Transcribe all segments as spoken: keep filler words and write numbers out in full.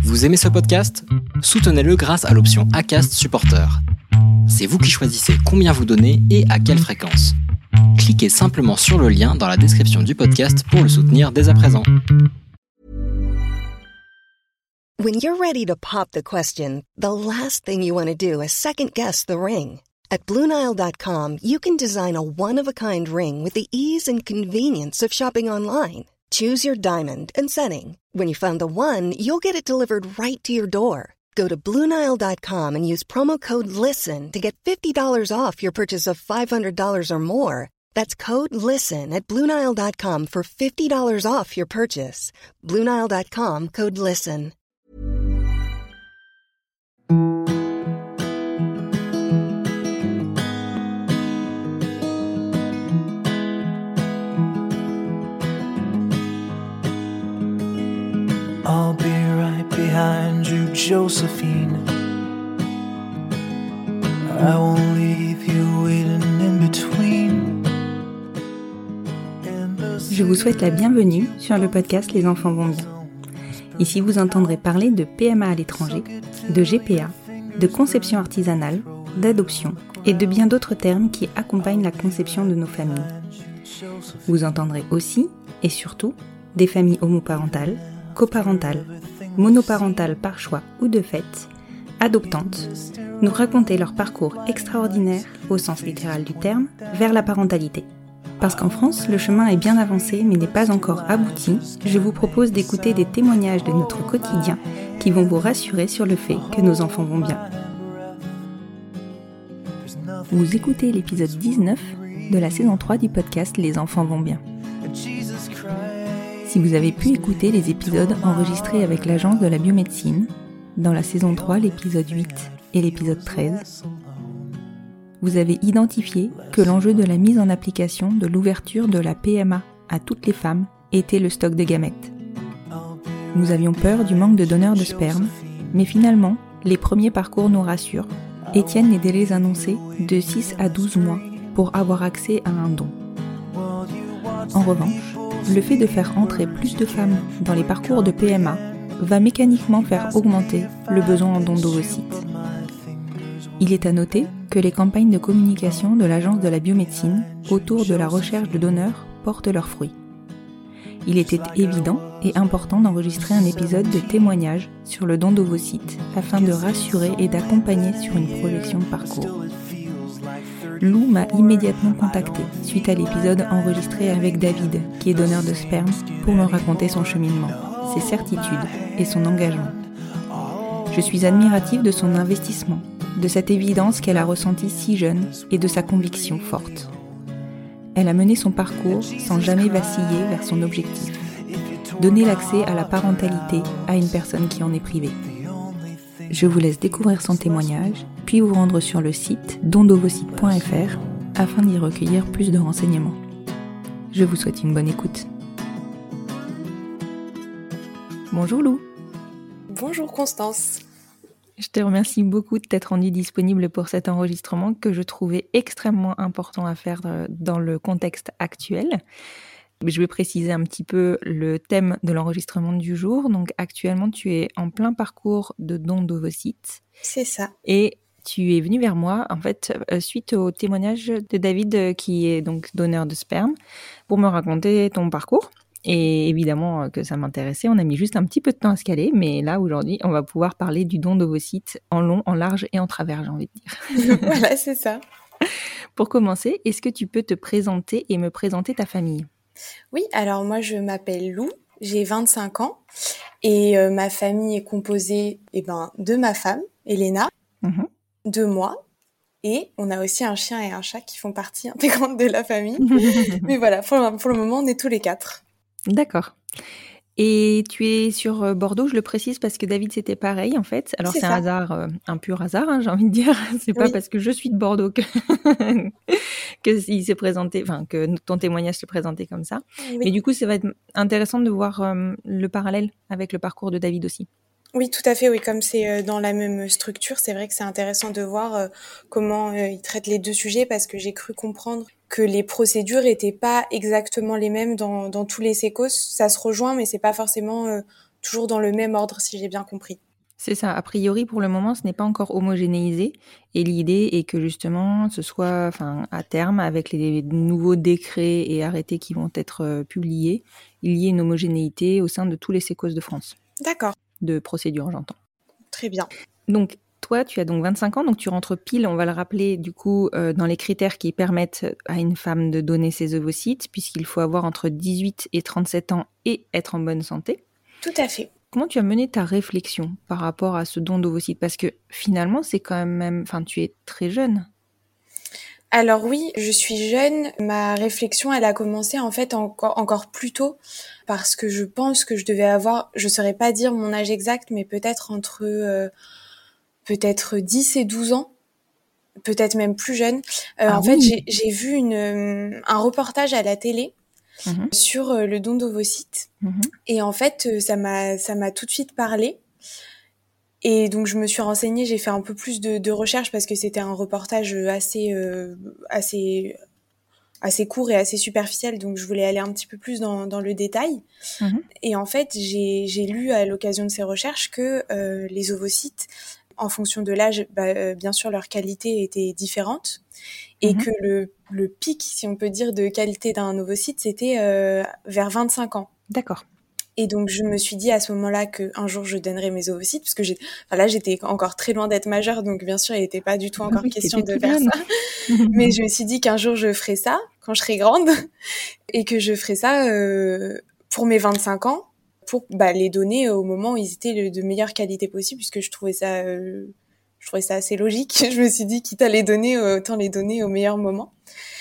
Vous aimez ce podcast ? Soutenez-le grâce à l'option Acast Supporter. C'est vous qui choisissez combien vous donnez et à quelle fréquence. Cliquez simplement sur le lien dans la description du podcast pour le soutenir dès à présent. When you're ready to pop the question, the last thing you want to do is second-guess the ring. At Blue Nile dot com, you can design a one-of-a-kind ring with the ease and convenience of shopping online. Choose your diamond and setting. When you find the one, you'll get it delivered right to your door. Go to Blue Nile dot com and use promo code LISTEN to get fifty dollars off your purchase of five hundred dollars or more. That's code LISTEN at Blue Nile dot com for fifty dollars off your purchase. Blue Nile dot com, code LISTEN. I'll be right behind you, Josephine. I won't leave you waiting in between. Je vous souhaite la bienvenue sur le podcast Les enfants vont bien. Ici, vous entendrez parler de P M A à l'étranger, de G P A, de conception artisanale, d'adoption et de bien d'autres termes qui accompagnent la conception de nos familles. Vous entendrez aussi, et surtout, des familles homoparentales, coparentales, monoparentales par choix ou de fait, adoptantes, nous raconter leur parcours extraordinaire, au sens littéral du terme, vers la parentalité. Parce qu'en France, le chemin est bien avancé mais n'est pas encore abouti, je vous propose d'écouter des témoignages de notre quotidien qui vont vous rassurer sur le fait que nos enfants vont bien. Vous écoutez l'épisode dix-neuf de la saison trois du podcast Les enfants vont bien. Si vous avez pu écouter les épisodes enregistrés avec l'Agence de la biomédecine, dans la saison trois, l'épisode huit et l'épisode treize, vous avez identifié que l'enjeu de la mise en application de l'ouverture de la P M A à toutes les femmes était le stock de gamètes. Nous avions peur du manque de donneurs de sperme, mais finalement, les premiers parcours nous rassurent et tiennent les délais annoncés de six à douze mois pour avoir accès à un don. En revanche, le fait de faire entrer plus de femmes dans les parcours de P M A va mécaniquement faire augmenter le besoin en dons d'ovocytes. Il est à noter que les campagnes de communication de l'Agence de la biomédecine autour de la recherche de donneurs portent leurs fruits. Il était évident et important d'enregistrer un épisode de témoignage sur le don d'ovocytes afin de rassurer et d'accompagner sur une projection de parcours. Lou m'a immédiatement contacté suite à l'épisode enregistré avec David, qui est donneur de sperme, pour me raconter son cheminement, ses certitudes et son engagement. Je suis admirative de son investissement, de cette évidence qu'elle a ressentie si jeune et de sa conviction forte. Elle a mené son parcours sans jamais vaciller vers son objectif, donner l'accès à la parentalité à une personne qui en est privée. Je vous laisse découvrir son témoignage, puis vous rendre sur le site don d'ovocytes point f r afin d'y recueillir plus de renseignements. Je vous souhaite une bonne écoute. Bonjour Lou. Bonjour Constance. Je te remercie beaucoup de t'être rendue disponible pour cet enregistrement que je trouvais extrêmement important à faire dans le contexte actuel. Je vais préciser un petit peu le thème de l'enregistrement du jour. Donc actuellement, tu es en plein parcours de don d'ovocytes. C'est ça. Et tu es venu vers moi, en fait, suite au témoignage de David, qui est donc donneur de sperme, pour me raconter ton parcours. Et évidemment que ça m'intéressait. On a mis juste un petit peu de temps à se caler, mais là, aujourd'hui, on va pouvoir parler du don d'ovocytes en long, en large et en travers, j'ai envie de dire. Voilà, c'est ça. Pour commencer, est-ce que tu peux te présenter et me présenter ta famille ? Oui, alors moi je m'appelle Lou, j'ai vingt-cinq ans et euh, ma famille est composée eh ben, de ma femme, Elena, mmh. de moi et on a aussi un chien et un chat qui font partie intégrante de la famille. Mais voilà, pour le, pour le moment on est tous les quatre. D'accord. Et tu es sur Bordeaux, je le précise parce que David c'était pareil en fait. Alors c'est, c'est un hasard, euh, un pur hasard, hein, j'ai envie de dire. C'est pas oui. parce que je suis de Bordeaux que que il s'est présenté, enfin que ton témoignage s'est présenté comme ça. Oui. Mais du coup, ça va être intéressant de voir euh, le parallèle avec le parcours de David aussi. Oui, tout à fait. Oui, comme c'est dans la même structure, c'est vrai que c'est intéressant de voir euh, comment euh, ils traitent les deux sujets parce que j'ai cru comprendre que les procédures étaient pas exactement les mêmes dans, dans tous les sécos. Ça se rejoint, mais c'est pas forcément euh, toujours dans le même ordre, si j'ai bien compris. C'est ça. A priori, pour le moment, ce n'est pas encore homogénéisé. Et l'idée est que justement, ce soit, enfin, à terme, avec les nouveaux décrets et arrêtés qui vont être euh, publiés, il y ait une homogénéité au sein de tous les sécos de France. D'accord. De procédure, j'entends. Très bien. Donc, toi, tu as donc vingt-cinq ans, donc tu rentres pile, on va le rappeler, du coup, euh, dans les critères qui permettent à une femme de donner ses ovocytes, puisqu'il faut avoir entre dix-huit et trente-sept ans et être en bonne santé. Tout à fait. Comment tu as mené ta réflexion par rapport à ce don d'ovocytes ? Parce que finalement, c'est quand même... Enfin, tu es très jeune. Alors oui, je suis jeune. Ma réflexion, elle a commencé en fait encore, encore plus tôt parce que je pense que je devais avoir, je saurais pas dire mon âge exact, mais peut-être entre euh, peut-être dix et douze ans, peut-être même plus jeune. Euh, Ah en oui. fait, j'ai, j'ai vu une, un reportage à la télé Mmh. sur euh, le don d'ovocytes. Mmh. Et en fait, euh, ça m'a, ça m'a tout de suite parlé. Et donc, je me suis renseignée, j'ai fait un peu plus de, de recherches parce que c'était un reportage assez, euh, assez, assez court et assez superficiel. Donc, je voulais aller un petit peu plus dans, dans le détail. Mmh. Et en fait, j'ai, j'ai lu à l'occasion de ces recherches que euh, les ovocytes, en fonction de l'âge, bah, euh, bien sûr, leur qualité était différente. Et Mmh. que le, le pic, si on peut dire, de qualité d'un ovocyte, c'était euh, vers vingt-cinq ans. D'accord. Et donc, je me suis dit à ce moment-là qu'un jour, je donnerais mes ovocytes, parce que j'ai, enfin là, j'étais encore très loin d'être majeure, donc bien sûr, il n'était pas du tout encore Oui, question t'étais de toute faire jeune. ça. Mais je me suis dit qu'un jour, je ferais ça, quand je serai grande, et que je ferais ça euh, pour mes vingt-cinq ans, pour bah, les donner au moment où ils étaient le, de meilleure qualité possible, puisque je trouvais ça, euh, je trouvais ça assez logique. Je me suis dit, quitte à les donner, autant les donner au meilleur moment.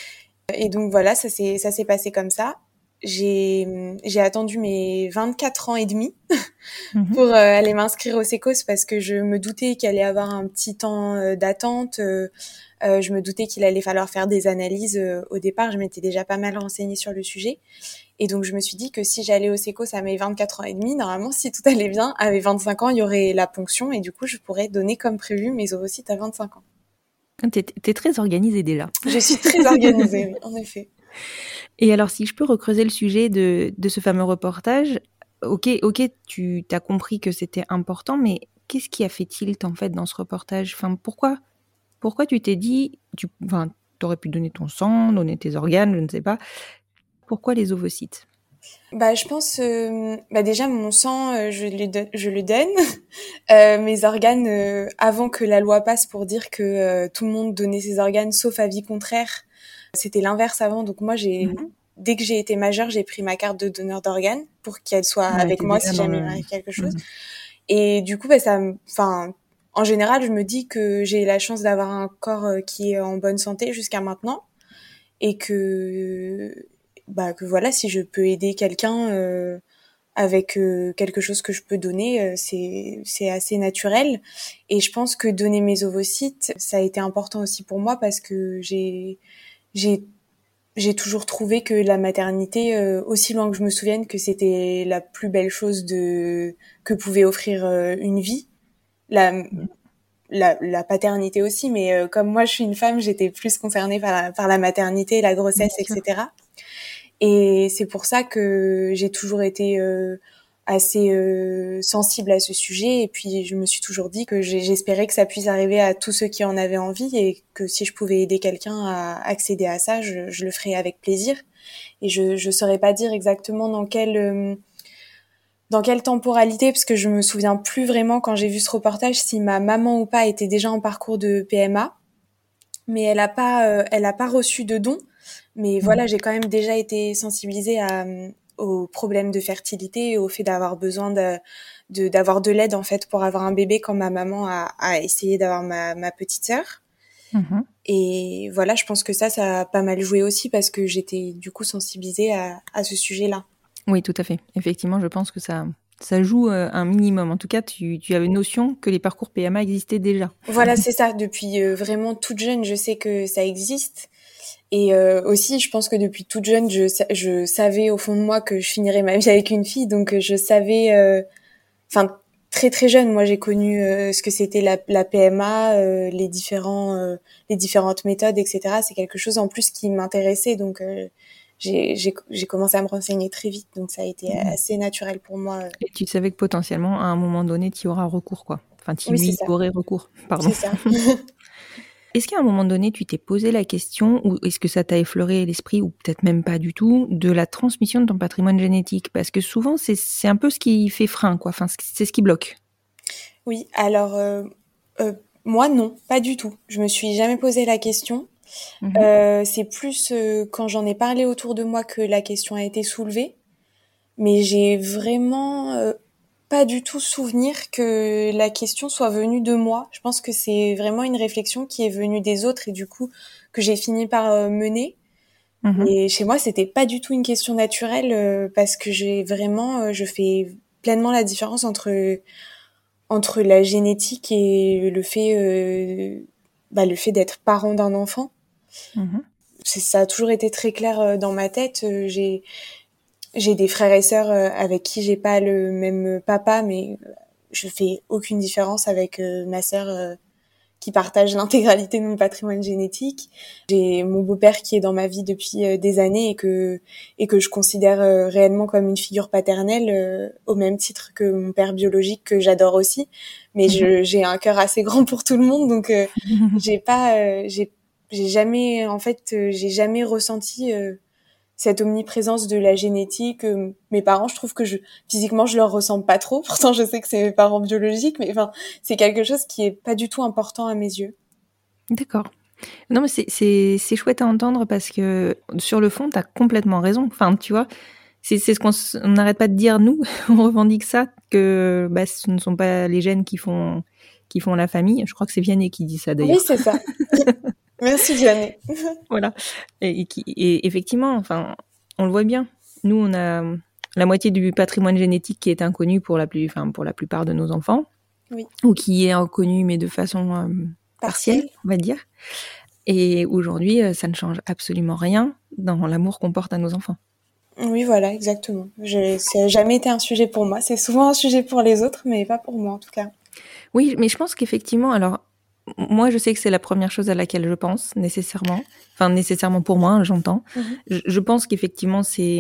Et donc voilà, ça s'est, ça s'est passé comme ça. J'ai, j'ai attendu mes vingt-quatre ans et demi Mmh. pour euh, aller m'inscrire au Sécos parce que je me doutais qu'il allait y avoir un petit temps euh, d'attente. Euh, euh, je me doutais qu'il allait falloir faire des analyses. Euh, au départ, je m'étais déjà pas mal renseignée sur le sujet. Et donc, je me suis dit que si j'allais au Sécos à mes vingt-quatre ans et demi, normalement, si tout allait bien, à mes vingt-cinq ans, il y aurait la ponction et du coup, je pourrais donner comme prévu mes ovocytes à vingt-cinq ans. T'es, t'es très organisée déjà. Je suis très organisée, oui, en effet. Et alors, si je peux recreuser le sujet de, de ce fameux reportage, ok, ok, tu as compris que c'était important, mais qu'est-ce qui a fait tilt en fait dans ce reportage ? Enfin, pourquoi, pourquoi tu t'es dit, tu, enfin, t'aurais pu donner ton sang, donner tes organes, je ne sais pas. Pourquoi les ovocytes ? Bah, je pense, euh, bah déjà mon sang, euh, je le do- je le donne. Euh, mes organes, euh, avant que la loi passe pour dire que euh, tout le monde donnait ses organes, sauf avis contraire, c'était l'inverse avant. Donc moi, j'ai, Mmh. dès que j'ai été majeure, j'ai pris ma carte de donneur d'organes pour qu'elle soit Ouais, avec t'es moi déjà si dans jamais le- il m'arrive quelque chose. Mmh. Et du coup, bah, ça, me- enfin, en général, je me dis que j'ai la chance d'avoir un corps euh, qui est en bonne santé jusqu'à maintenant, et que, bah, que voilà, si je peux aider quelqu'un euh, avec euh, quelque chose que je peux donner, euh, c'est c'est assez naturel. Et je pense que donner mes ovocytes, ça a été important aussi pour moi parce que j'ai j'ai j'ai toujours trouvé que la maternité, euh, aussi loin que je me souvienne, que c'était la plus belle chose de que pouvait offrir euh, une vie. La, la, la paternité aussi, mais euh, comme moi je suis une femme, j'étais plus concernée par la, par la maternité, la grossesse, Bien sûr. et cetera. Et c'est pour ça que j'ai toujours été euh, assez euh, sensible à ce sujet. Et puis je me suis toujours dit que j'espérais que ça puisse arriver à tous ceux qui en avaient envie et que si je pouvais aider quelqu'un à accéder à ça, je, je le ferais avec plaisir. Et je je saurais pas dire exactement dans quel euh, dans quelle temporalité, parce que je me souviens plus vraiment quand j'ai vu ce reportage si ma maman ou pas était déjà en parcours de P M A, mais elle a pas, euh, elle a pas reçu de don. Mais voilà, j'ai quand même déjà été sensibilisée à, aux problèmes de fertilité et au fait d'avoir besoin de, de d'avoir de l'aide en fait pour avoir un bébé quand ma maman a, a essayé d'avoir ma, ma petite sœur. Mmh. Et voilà, je pense que ça, ça a pas mal joué aussi parce que j'étais du coup sensibilisée à, à ce sujet-là. Oui, tout à fait. Effectivement, je pense que ça, ça joue euh, un minimum. En tout cas, tu, tu avais notion que les parcours P M A existaient déjà. Voilà, c'est ça. Depuis euh, vraiment toute jeune, je sais que ça existe. Et euh, aussi, je pense que depuis toute jeune, je, je savais au fond de moi que je finirais ma vie avec une fille. Donc, je savais... Enfin, euh, très très jeune, moi, j'ai connu euh, ce que c'était la, la P M A, euh, les, différents, euh, les différentes méthodes, et cetera. C'est quelque chose en plus qui m'intéressait. Donc, euh, j'ai, j'ai, j'ai commencé à me renseigner très vite, donc ça a été mmh. assez naturel pour moi. Et tu savais que potentiellement, à un moment donné, tu y auras recours, quoi. Enfin, tu oui, y aurais recours, pardon. C'est ça. Est-ce qu'à un moment donné, tu t'es posé la question, ou est-ce que ça t'a effleuré l'esprit, ou peut-être même pas du tout, de la transmission de ton patrimoine génétique ? Parce que souvent, c'est, c'est un peu ce qui fait frein, quoi. Enfin, c'est ce qui bloque. Oui, alors, euh, euh, moi, non, pas du tout. Je me suis jamais posé la question. Mmh. Euh, c'est plus euh, quand j'en ai parlé autour de moi que la question a été soulevée. Mais j'ai vraiment euh, pas du tout souvenir que la question soit venue de moi. Je pense que c'est vraiment une réflexion qui est venue des autres et du coup que j'ai fini par euh, mener. Mmh. Et chez moi, c'était pas du tout une question naturelle euh, parce que j'ai vraiment, euh, je fais pleinement la différence entre entre la génétique et le fait, euh, bah, le fait d'être parent d'un enfant. Mmh. C'est, ça a toujours été très clair euh, dans ma tête. Euh, j'ai J'ai des frères et sœurs avec qui j'ai pas le même papa, mais je fais aucune différence avec ma sœur qui partage l'intégralité de mon patrimoine génétique. J'ai mon beau-père qui est dans ma vie depuis des années et que et que je considère réellement comme une figure paternelle au même titre que mon père biologique que j'adore aussi. Mais je, j'ai un cœur assez grand pour tout le monde, donc j'ai pas, j'ai, j'ai jamais, en fait, j'ai jamais ressenti cette omniprésence de la génétique. Euh, mes parents, je trouve que je physiquement je leur ressemble pas trop. Pourtant, je sais que c'est mes parents biologiques, mais enfin, c'est quelque chose qui est pas du tout important à mes yeux. D'accord. Non, mais c'est c'est c'est chouette à entendre parce que sur le fond, t'as complètement raison. Enfin, tu vois, c'est c'est ce qu'on on n'arrête pas de dire nous. On revendique ça que bah ce ne sont pas les gènes qui font qui font la famille. Je crois que c'est Vianney qui dit ça d'ailleurs. Oui, c'est ça. Merci Vianney. Voilà. Et, et, qui, et effectivement, enfin, on le voit bien. Nous, on a la moitié du patrimoine génétique qui est inconnu pour la plus, enfin, pour la plupart de nos enfants. Oui. Ou qui est inconnu, mais de façon euh, partielle, Partielle, on va dire. Et aujourd'hui, ça ne change absolument rien dans l'amour qu'on porte à nos enfants. Oui, voilà, exactement. Je, ça n'a jamais été un sujet pour moi. C'est souvent un sujet pour les autres, mais pas pour moi, en tout cas. Oui, mais je pense qu'effectivement, alors, moi, je sais que c'est la première chose à laquelle je pense, nécessairement. Enfin, nécessairement pour moi, j'entends. Mm-hmm. Je, je pense qu'effectivement, c'est,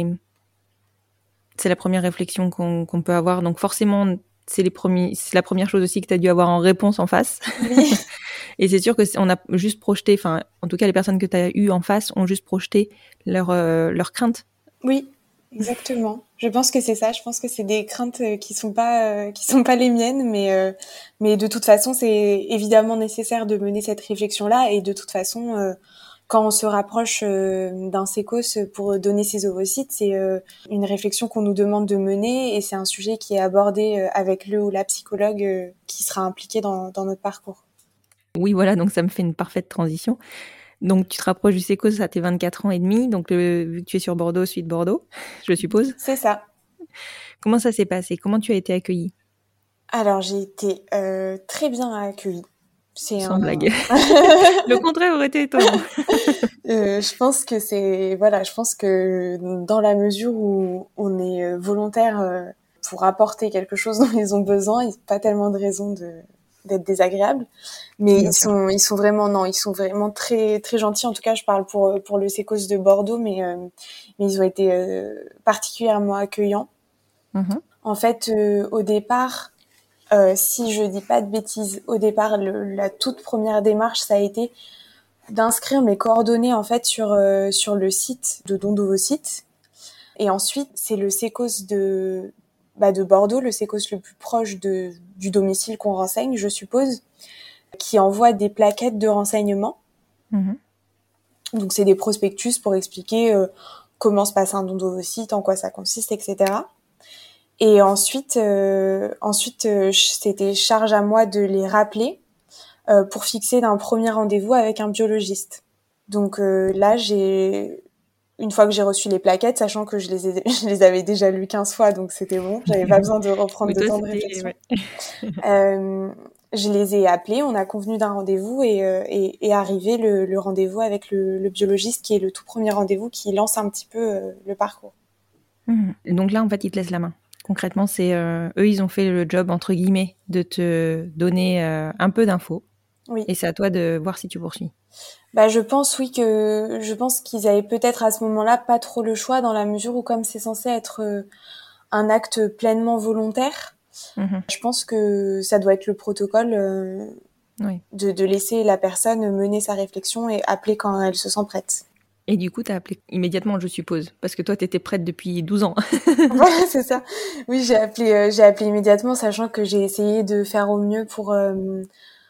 c'est la première réflexion qu'on, qu'on peut avoir. Donc, forcément, c'est, les premiers, c'est la première chose aussi que tu as dû avoir en réponse en face. Oui. Et c'est sûr qu'on a juste projeté, enfin, en tout cas, les personnes que tu as eues en face ont juste projeté leur, euh, leur crainte. Oui, exactement. Je pense que c'est ça. Je pense que c'est des craintes qui sont pas euh, qui sont pas les miennes, mais euh, mais de toute façon, c'est évidemment nécessaire de mener cette réflexion-là. Et de toute façon, euh, quand on se rapproche euh, d'un sécos pour donner ses ovocytes, c'est euh, une réflexion qu'on nous demande de mener, et c'est un sujet qui est abordé euh, avec le ou la psychologue euh, qui sera impliqué dans dans notre parcours. Oui, voilà. Donc ça me fait une parfaite transition. Donc, tu te rapproches du sécos à tes vingt-quatre ans et demi. Donc, le, vu que tu es sur Bordeaux, suite Bordeaux, je suppose. C'est ça. Comment ça s'est passé ? Comment tu as été accueillie ? Alors, j'ai été euh, très bien accueillie. C'est Sans un... blague. Le contraire aurait été étonnant. euh, je pense que c'est... Voilà, je pense que dans la mesure où on est volontaire euh, pour apporter quelque chose dont ils ont besoin, il n'y a pas tellement de raison de... d'être désagréable, mais Bien ils sûr. sont ils sont vraiment non ils sont vraiment très très gentils. En tout cas, je parle pour pour le sécos de Bordeaux, mais euh, mais ils ont été euh, particulièrement accueillants. Mm-hmm. En fait, euh, au départ, euh, si je dis pas de bêtises, au départ, le, la toute première démarche, ça a été d'inscrire mes coordonnées en fait sur euh, sur le site de don d'ovocytes, et ensuite c'est le sécos de Bah de Bordeaux, le sécos le plus proche de, du domicile qu'on renseigne, je suppose, qui envoie des plaquettes de renseignement. Mmh. Donc, c'est des prospectus pour expliquer euh, comment se passe un don d'ovocytes, en quoi ça consiste, et cetera. Et ensuite, euh, ensuite euh, c'était charge à moi de les rappeler euh, pour fixer un premier rendez-vous avec un biologiste. Donc euh, là, j'ai... Une fois que j'ai reçu les plaquettes, sachant que je les, ai, je les avais déjà lues quinze fois, donc c'était bon, j'avais pas besoin de reprendre de temps de réflexion. Ouais. euh, je les ai appelés, on a convenu d'un rendez-vous, et, et, et arrivé le, le rendez-vous avec le, le biologiste, qui est le tout premier rendez-vous qui lance un petit peu euh, le parcours. Mmh. Donc là, en fait, ils te laissent la main. Concrètement, c'est euh, eux, ils ont fait le job, entre guillemets, de te donner euh, un peu d'infos. Oui. Et c'est à toi de voir si tu poursuis. Bah, je pense, oui, que je pense qu'ils avaient peut-être à ce moment-là pas trop le choix, dans la mesure où, comme c'est censé être euh, un acte pleinement volontaire, mmh. je pense que ça doit être le protocole euh, oui. de, de laisser la personne mener sa réflexion et appeler quand elle se sent prête. Et du coup, t'as appelé immédiatement, je suppose, parce que toi, t'étais prête depuis douze ans. Voilà, c'est ça. Oui, j'ai appelé, euh, j'ai appelé immédiatement, sachant que j'ai essayé de faire au mieux pour euh,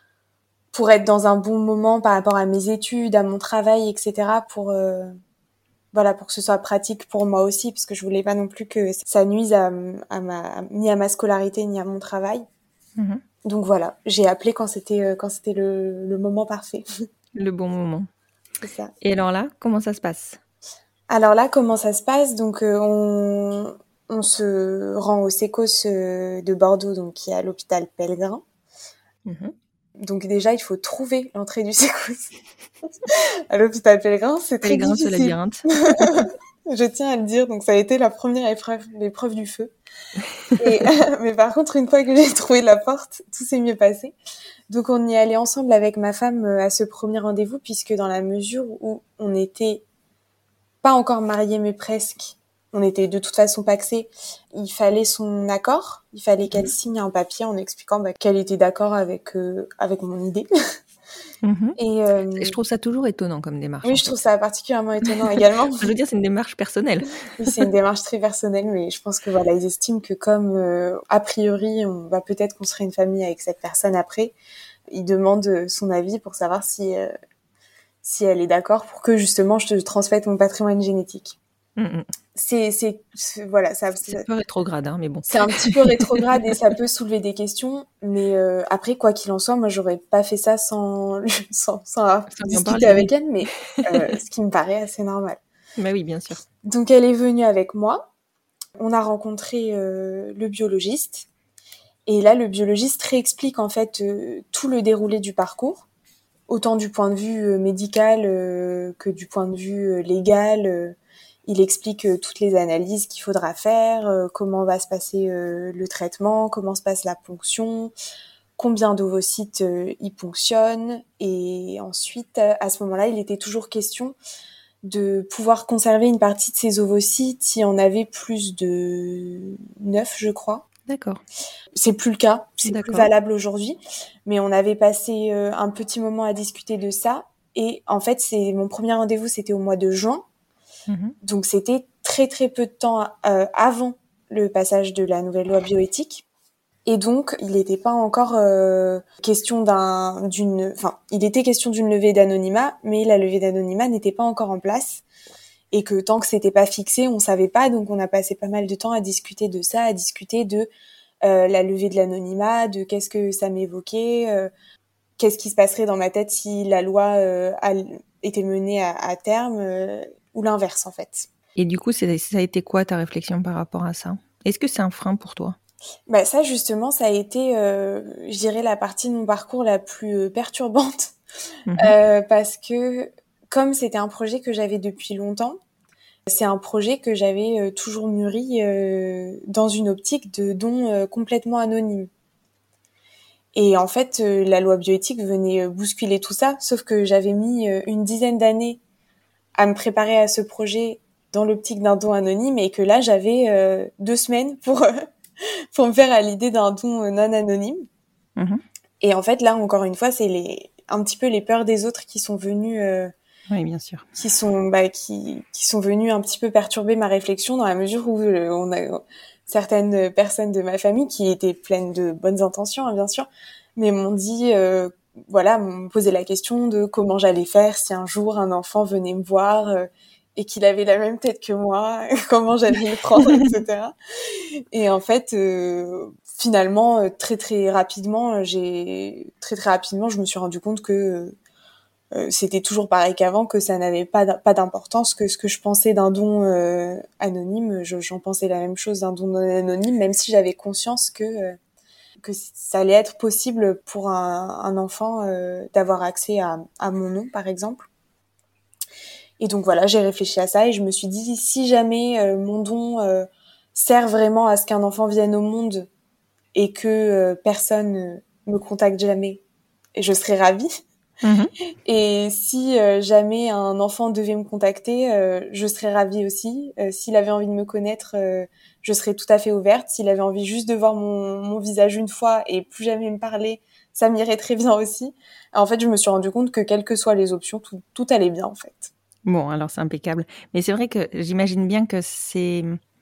pour être dans un bon moment par rapport à mes études, à mon travail, et cetera. Pour euh, voilà, pour que ce soit pratique pour moi aussi, parce que je voulais pas non plus que ça nuise à, à ma ni à ma scolarité ni à mon travail. Mmh. Donc voilà, j'ai appelé quand c'était quand c'était le, le moment parfait. Le bon moment. C'est ça. Et alors là, comment ça se passe ? Alors là, comment ça se passe ? Donc euh, on on se rend au Sécos de Bordeaux, donc qui est à l'hôpital Pellegrin. Mmh. Donc déjà, il faut trouver l'entrée du Sécos à l'hôpital Pellegrin, c'est très Pellegrin, difficile. C'est labyrinthe. Je tiens à le dire, donc ça a été la première épreuve, l'épreuve du feu. Et, mais par contre, une fois que j'ai trouvé la porte, tout s'est mieux passé. Donc on y est allé ensemble avec ma femme à ce premier rendez-vous, puisque dans la mesure où on était pas encore mariés, mais presque, on était de toute façon pacsés, il fallait son accord, il fallait qu'elle signe un papier en expliquant bah, qu'elle était d'accord avec euh, avec mon idée. Mmh. Et euh, je trouve ça toujours étonnant comme démarche. Oui, je fait. trouve ça particulièrement étonnant également. Je veux dire, c'est une démarche personnelle. Oui, c'est une démarche très personnelle, mais je pense que voilà, ils estiment que comme euh, a priori, on va peut-être construire une famille avec cette personne après, ils demandent son avis pour savoir si euh, si elle est d'accord pour que justement je te transmette mon patrimoine génétique. Mmh. C'est, c'est, c'est voilà, ça. C'est un peu rétrograde, hein, mais bon. C'est un petit peu rétrograde et ça peut soulever des questions, mais euh, après quoi qu'il en soit, moi j'aurais pas fait ça sans sans, sans, sans discuter parler, avec oui. elle, mais euh, ce qui me paraît assez normal. Bah oui, bien sûr. Donc elle est venue avec moi. On a rencontré euh, le biologiste et là le biologiste réexplique en fait euh, tout le déroulé du parcours, autant du point de vue euh, médical euh, que du point de vue euh, légal. Euh, Il explique euh, toutes les analyses qu'il faudra faire, euh, comment va se passer euh, le traitement, comment se passe la ponction, combien d'ovocytes euh, il ponctionne. Et ensuite, euh, à ce moment-là, il était toujours question de pouvoir conserver une partie de ces ovocytes s'il y en avait plus de neuf, je crois. D'accord. C'est plus le cas, c'est D'accord. plus valable aujourd'hui. Mais on avait passé euh, un petit moment à discuter de ça. Et en fait, c'est mon premier rendez-vous, c'était au mois de juin. Mmh. Donc c'était très très peu de temps euh, avant le passage de la nouvelle loi bioéthique. Et donc il n'était pas encore euh, question d'un, d'une, enfin il était question d'une levée d'anonymat, mais la levée d'anonymat n'était pas encore en place. Et que tant que c'était pas fixé, on savait pas. Donc on a passé pas mal de temps à discuter de ça, à discuter de euh, la levée de l'anonymat, de qu'est-ce que ça m'évoquait, euh, qu'est-ce qui se passerait dans ma tête si la loi euh, a, était menée à, à terme. Euh, ou l'inverse en fait. Et du coup, c'est, ça a été quoi ta réflexion par rapport à ça ? Est-ce que c'est un frein pour toi ? Bah ça justement, ça a été, euh, je dirais, la partie de mon parcours la plus perturbante, mmh. euh, parce que comme c'était un projet que j'avais depuis longtemps, c'est un projet que j'avais euh, toujours mûri euh, dans une optique de don euh, complètement anonyme. Et en fait, euh, la loi bioéthique venait bousculer tout ça, sauf que j'avais mis euh, une dizaine d'années à me préparer à ce projet dans l'optique d'un don anonyme et que là, j'avais euh, deux semaines pour, euh, pour me faire à l'idée d'un don non anonyme. Mmh. Et en fait, là, encore une fois, c'est les, un petit peu les peurs des autres qui sont venues... Euh, oui, bien sûr. Qui sont, bah, qui, qui sont venues un petit peu perturber ma réflexion dans la mesure où euh, on a certaines personnes de ma famille qui étaient pleines de bonnes intentions, hein, bien sûr, mais m'ont dit... Euh, voilà, m'ont posé la question de comment j'allais faire si un jour un enfant venait me voir euh, et qu'il avait la même tête que moi, comment j'allais le prendre, et cetera. Et en fait, euh, finalement, euh, très très rapidement, j'ai très très rapidement, je me suis rendu compte que euh, c'était toujours pareil qu'avant, que ça n'avait pas pas d'importance, que ce que je pensais d'un don euh, anonyme, je, j'en pensais la même chose d'un don non anonyme, même si j'avais conscience que euh, que ça allait être possible pour un, un enfant euh, d'avoir accès à, à mon nom, par exemple. Et donc voilà, j'ai réfléchi à ça et je me suis dit, si jamais euh, mon don euh, sert vraiment à ce qu'un enfant vienne au monde et que euh, personne euh, me contacte jamais, et je serais ravie. Mmh. Et si euh, jamais un enfant devait me contacter, euh, je serais ravie aussi. Euh, s'il avait envie de me connaître, euh, je serais tout à fait ouverte. S'il avait envie juste de voir mon, mon visage une fois et plus jamais me parler, ça m'irait très bien aussi. En fait, je me suis rendu compte que quelles que soient les options, tout, tout allait bien en fait. Bon, alors c'est impeccable. Mais c'est vrai que j'imagine bien que c'est...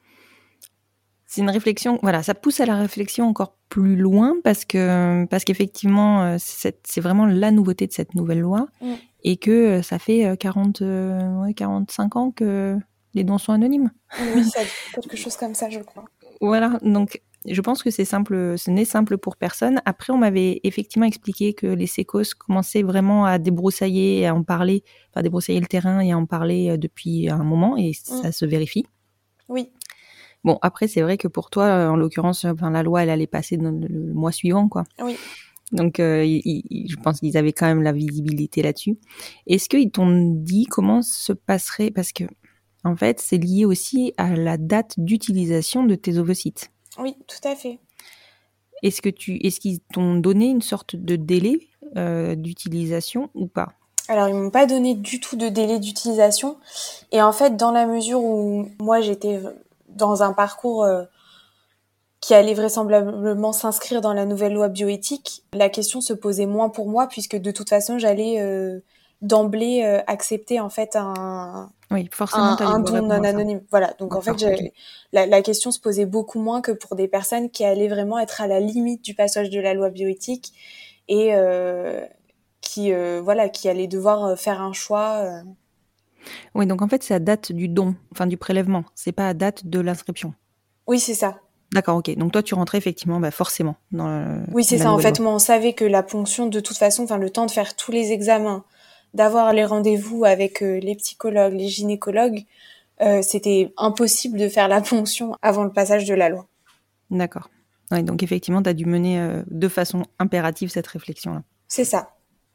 C'est une réflexion, voilà, ça pousse à la réflexion encore plus loin parce que parce qu'effectivement, c'est, c'est vraiment la nouveauté de cette nouvelle loi mmh. et que ça fait quarante, ouais, quarante-cinq ans que les dons sont anonymes. Oui, ça quelque chose comme ça, je crois. Voilà, donc je pense que c'est simple, ce n'est simple pour personne. Après, on m'avait effectivement expliqué que les sécos commençaient vraiment à débroussailler, à en parler, enfin débroussailler le terrain et à en parler depuis un moment et ça mmh. se vérifie. Oui. Bon, après, c'est vrai que pour toi, en l'occurrence, enfin, la loi, elle allait passer dans le, le mois suivant, quoi. Oui. Donc, euh, il, il, je pense qu'ils avaient quand même la visibilité là-dessus. Est-ce qu'ils t'ont dit comment se passerait, parce que, en fait, c'est lié aussi à la date d'utilisation de tes ovocytes. Oui, tout à fait. Est-ce que tu, est-ce qu'ils t'ont donné une sorte de délai euh, d'utilisation ou pas ? Alors, ils m'ont pas donné du tout de délai d'utilisation. Et en fait, dans la mesure où moi, j'étais dans un parcours euh, qui allait vraisemblablement s'inscrire dans la nouvelle loi bioéthique, la question se posait moins pour moi puisque de toute façon, j'allais euh, d'emblée euh, accepter en fait un, oui, forcément, un, un don non anonyme. Voilà, donc d'accord, en fait, j'ai, okay. la, la question se posait beaucoup moins que pour des personnes qui allaient vraiment être à la limite du passage de la loi bioéthique et euh, qui, euh, voilà, qui allaient devoir faire un choix. Euh... Oui, donc en fait, c'est à date du don, enfin du prélèvement, c'est pas à date de l'inscription. Oui, c'est ça. D'accord, ok. Donc toi, tu rentrais effectivement, bah, forcément. Dans le, oui, c'est ça. En fait, loi. Moi, on savait que la ponction, de toute façon, enfin, le temps de faire tous les examens, d'avoir les rendez-vous avec euh, les psychologues, les gynécologues, euh, c'était impossible de faire la ponction avant le passage de la loi. D'accord. Ouais, donc effectivement, tu as dû mener euh, de façon impérative cette réflexion-là. C'est ça.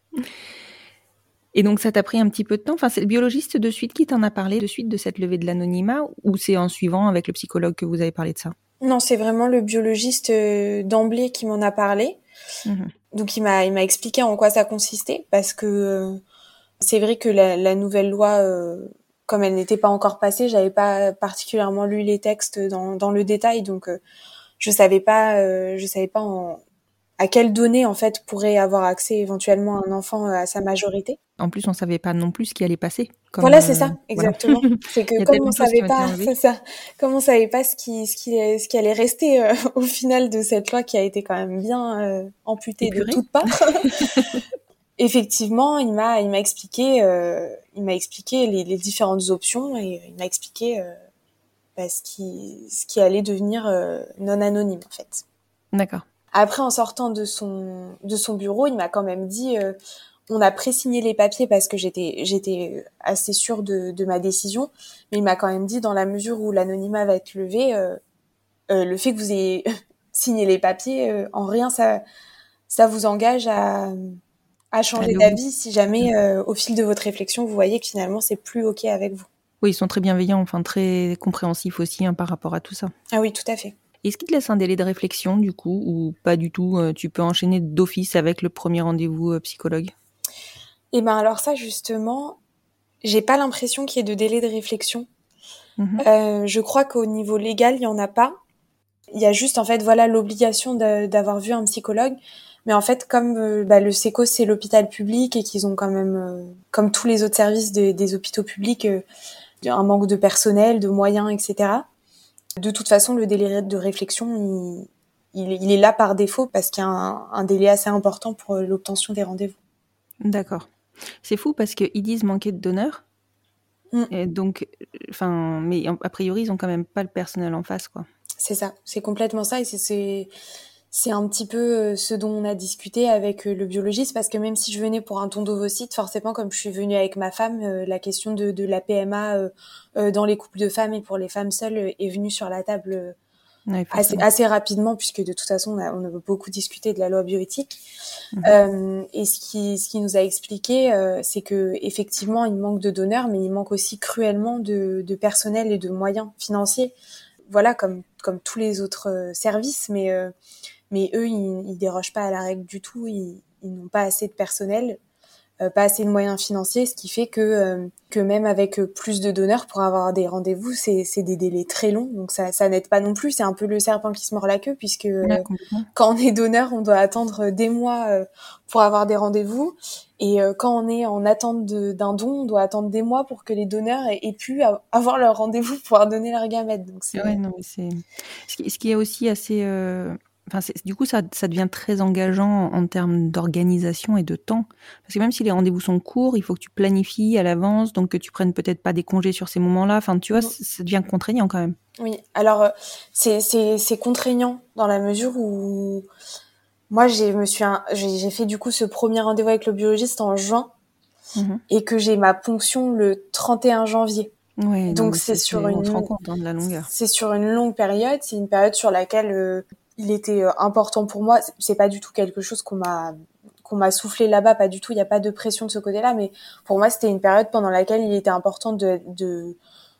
Et donc, ça t'a pris un petit peu de temps. Enfin, c'est le biologiste de suite qui t'en a parlé de suite de cette levée de l'anonymat ou c'est en suivant avec le psychologue que vous avez parlé de ça ? Non, c'est vraiment le biologiste euh, d'emblée qui m'en a parlé. Mmh. Donc, il m'a, il m'a expliqué en quoi ça consistait parce que euh, c'est vrai que la, la nouvelle loi, euh, comme elle n'était pas encore passée, j'avais pas particulièrement lu les textes dans, dans le détail, donc euh, je savais pas, euh, je savais pas en, à quelles données en fait pourrait avoir accès éventuellement un enfant à sa majorité. En plus, on savait pas non plus ce qui allait passer. Comme, voilà, c'est ça, exactement. Voilà. C'est que comme on savait pas, c'est ça, comme on savait pas ce qui, ce qui, ce qui allait rester euh, au final de cette loi qui a été quand même bien euh, amputée Épuré. De toutes parts. Effectivement, il m'a, il m'a expliqué, euh, il m'a expliqué les, les différentes options et il m'a expliqué euh, bah, ce qui, ce qui allait devenir euh, non anonyme en fait. D'accord. Après, en sortant de son, de son bureau, il m'a quand même dit, euh, on a pré-signé les papiers parce que j'étais, j'étais assez sûre de, de ma décision, mais il m'a quand même dit, dans la mesure où l'anonymat va être levé, euh, euh, le fait que vous ayez signé les papiers, euh, en rien ça, ça vous engage à, à changer Allô. d'avis si jamais, euh, au fil de votre réflexion, vous voyez que finalement c'est plus ok avec vous. Oui, ils sont très bienveillants, enfin très compréhensifs aussi hein, par rapport à tout ça. Ah oui, tout à fait. Est-ce qu'il te laisse un délai de réflexion, du coup, ou pas du tout ? Tu peux enchaîner d'office avec le premier rendez-vous euh, psychologue ? Eh ben alors ça, justement, j'ai pas l'impression qu'il y ait de délai de réflexion. Mmh. Euh, je crois qu'au niveau légal, il y en a pas. Il y a juste, en fait, voilà, l'obligation de, d'avoir vu un psychologue. Mais en fait, comme euh, bah, le sécos, c'est l'hôpital public et qu'ils ont quand même, euh, comme tous les autres services de, des hôpitaux publics, euh, un manque de personnel, de moyens, et cetera. De toute façon, le délai de réflexion, il, il, il est là par défaut parce qu'il y a un, un délai assez important pour l'obtention des rendez-vous. D'accord. C'est fou parce qu'ils disent manquer de donneurs. Mm. Et donc, enfin, mais a priori, ils ont quand même pas le personnel en face, quoi. C'est ça, c'est complètement ça et c'est, c'est, c'est un petit peu ce dont on a discuté avec le biologiste parce que même si je venais pour un don d'ovocytes, forcément, comme je suis venue avec ma femme, euh, la question de, de la P M A euh, euh, dans les couples de femmes et pour les femmes seules euh, est venue sur la table euh, ouais, assez, assez rapidement puisque de toute façon, on a, on a beaucoup discuté de la loi bioéthique. Mmh. Euh, et ce qui, ce qui nous a expliqué, euh, c'est que effectivement, il manque de donneurs, mais il manque aussi cruellement de, de personnel et de moyens financiers. Voilà, comme comme tous les autres euh, services, mais euh, mais eux, ils, ils dérogent pas à la règle du tout. Ils, ils n'ont pas assez de personnel, euh, pas assez de moyens financiers, ce qui fait que euh, que même avec plus de donneurs pour avoir des rendez-vous, c'est c'est des délais très longs. Donc ça ça n'aide pas non plus. C'est un peu le serpent qui se mord la queue, puisque euh, Ouais, quand on est donneur, on doit attendre des mois euh, pour avoir des rendez-vous. Et euh, quand on est en attente de, d'un don, on doit attendre des mois pour que les donneurs aient, aient pu avoir leur rendez-vous pour pouvoir donner leur gamète. Donc c'est ouais, non, mais c'est ce qui, ce qui est aussi assez euh... Enfin, c'est, du coup, ça, ça devient très engageant en, en termes d'organisation et de temps. Parce que même si les rendez-vous sont courts, il faut que tu planifies à l'avance, donc que tu prennes peut-être pas des congés sur ces moments-là. Enfin, tu vois, mmh. ça devient contraignant quand même. Oui, alors c'est, c'est, c'est contraignant dans la mesure où moi, j'ai, me suis un, j'ai, j'ai fait du coup ce premier rendez-vous avec le biologiste en juin mmh. et que j'ai ma ponction le trente et un janvier. Ouais, donc non, c'est ça, sur c'est, une, on se rend compte hein, de la longueur. C'est sur une longue période. C'est une période sur laquelle euh, il était euh, important pour moi. C'est, c'est pas du tout quelque chose qu'on m'a qu'on m'a soufflé là-bas, pas du tout. Il y a pas de pression de ce côté-là, mais pour moi, c'était une période pendant laquelle il était important de de